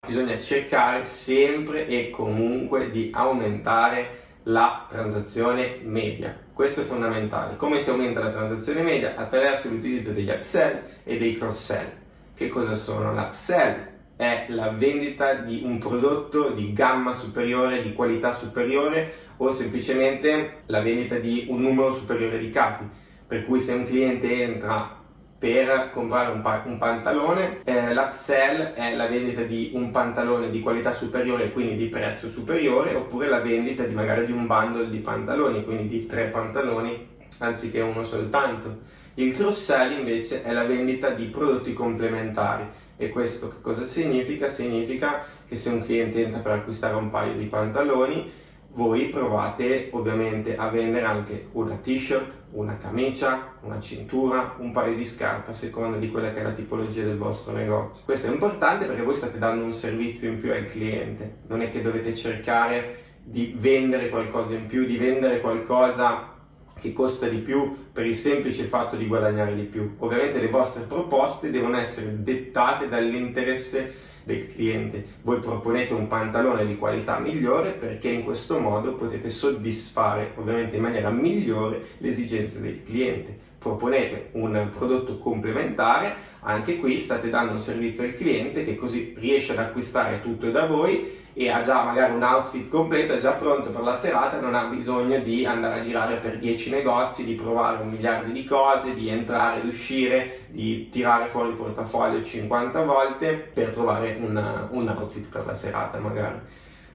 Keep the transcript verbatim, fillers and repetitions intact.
Bisogna cercare sempre e comunque di aumentare la transazione media. Questo è fondamentale. Come si aumenta la transazione media? Attraverso l'utilizzo degli upsell e dei cross-sell. Che cosa sono? L'upsell è la vendita di un prodotto di gamma superiore, di qualità superiore, o semplicemente la vendita di un numero superiore di capi. Per cui se un cliente entra per comprare un, pa- un pantalone, eh, l'upsell è la vendita di un pantalone di qualità superiore, quindi di prezzo superiore, oppure la vendita di magari di un bundle di pantaloni, quindi di tre pantaloni anziché uno soltanto. Il cross-sell invece è la vendita di prodotti complementari. E questo che cosa significa? Significa che se un cliente entra per acquistare un paio di pantaloni, voi provate ovviamente a vendere anche una t-shirt, una camicia, una cintura, un paio di scarpe a seconda di quella che è la tipologia del vostro negozio. Questo è importante perché voi state dando un servizio in più al cliente, non è che dovete cercare di vendere qualcosa in più, di vendere qualcosa che costa di più per il semplice fatto di guadagnare di più. Ovviamente le vostre proposte devono essere dettate dall'interesse del cliente. Voi proponete un pantalone di qualità migliore perché in questo modo potete soddisfare ovviamente in maniera migliore le esigenze del cliente. Proponete un prodotto complementare, anche qui state dando un servizio al cliente che così riesce ad acquistare tutto da voi e ha già magari un outfit completo, è già pronto per la serata, non ha bisogno di andare a girare per dieci negozi, di provare un miliardo di cose, di entrare ed uscire, di tirare fuori il portafoglio cinquanta volte per trovare un, un outfit per la serata magari.